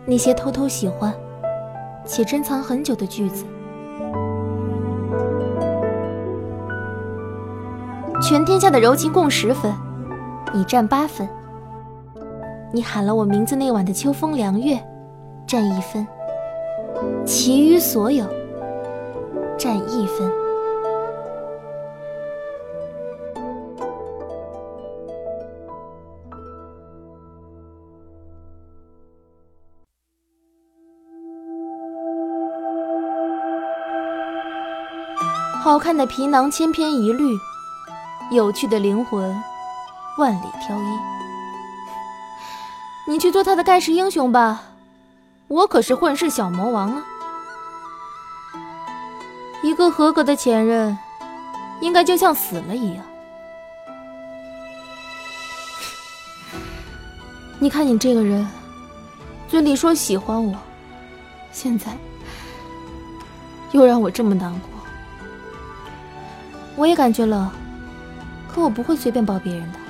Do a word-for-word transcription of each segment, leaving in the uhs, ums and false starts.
那些偷偷喜欢且珍藏很久的句子。全天下的柔情共十分，你占八分。你喊了我名字那晚的秋风凉月，占一分。其余所有，占一分。好看的皮囊千篇一律，有趣的灵魂万里挑一。你去做他的盖世英雄吧，我可是混世小魔王啊！一个合格的前任，应该就像死了一样。你看你这个人，嘴里说喜欢我，现在又让我这么难过。我也感觉了，可我不会随便抱别人的。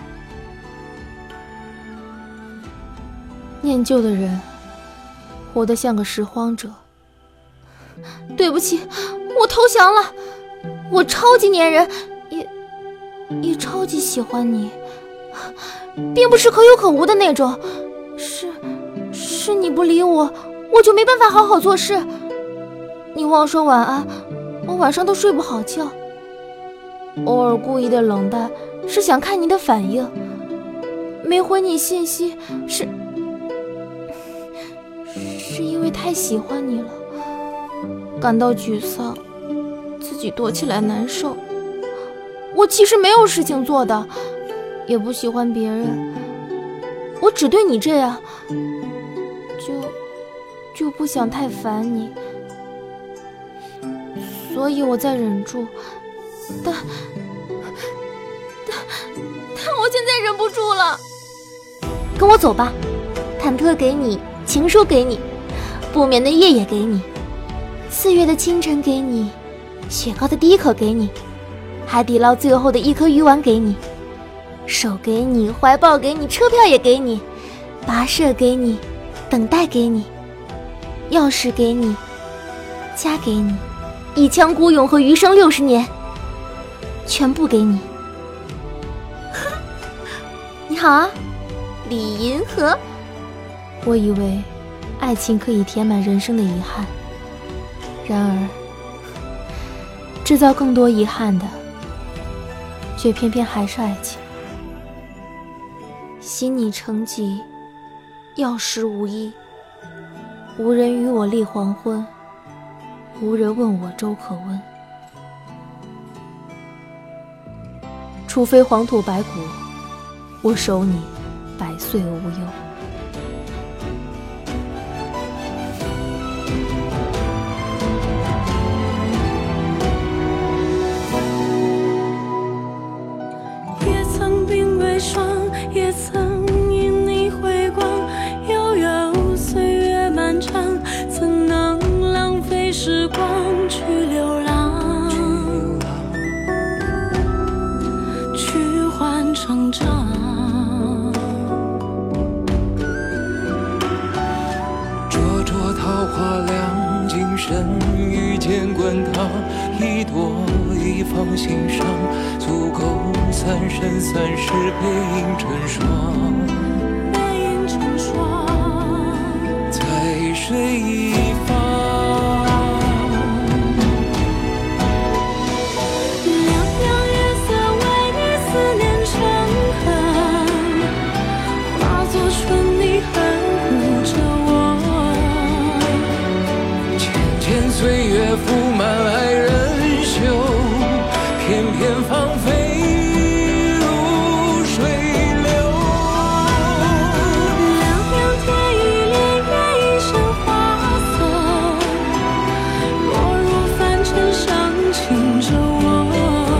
念旧的人，活得像个拾荒者。对不起，我投降了。我超级粘人，也也超级喜欢你，并不是可有可无的那种。是是你不理我，我就没办法好好做事。你忘说晚安，我晚上都睡不好觉。偶尔故意的冷淡，是想看你的反应。没回你信息，是是因为太喜欢你了，感到沮丧，自己躲起来难受。我其实没有事情做的，也不喜欢别人，我只对你这样，就就不想太烦你，所以我在忍住。但但但我现在忍不住了。跟我走吧，忐忑给你，情书给你，不眠的夜也给你，四月的清晨给你，雪糕的第一口给你，海底捞最后的一颗鱼丸给你，手给你，怀抱给你，车票也给你，跋涉给你，等待给你，钥匙给你，家给你，一腔孤勇和余生六十年全部给你。你好啊，李银河。我以为爱情可以填满人生的遗憾，然而制造更多遗憾的却偏偏还是爱情。惜你成疾，药石无医，无人与我立黄昏，无人问我粥可温。除非黄土白骨，我守你百岁无忧。 也曾鬓微霜，也曾因你回光，悠悠岁月漫长，怎能浪费时光去流浪，去换成长。 灼灼桃花凉，今生遇见滚烫，一朵一放心上，足够三生三世背影成双， 背影成双， 在水一方。岁月覆满爱人袖，偏偏芳菲如水流。 凉凉天一帘月一身花色，落入凡尘伤情着我。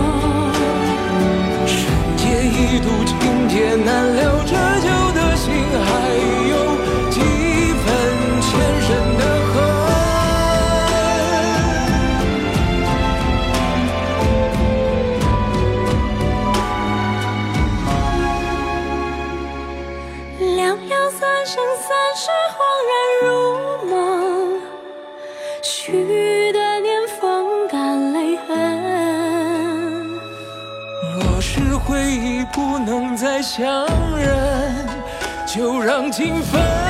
人间一度情劫难留，这旧的心还有几分前生的恨。 若是回忆不能再相认，就让情分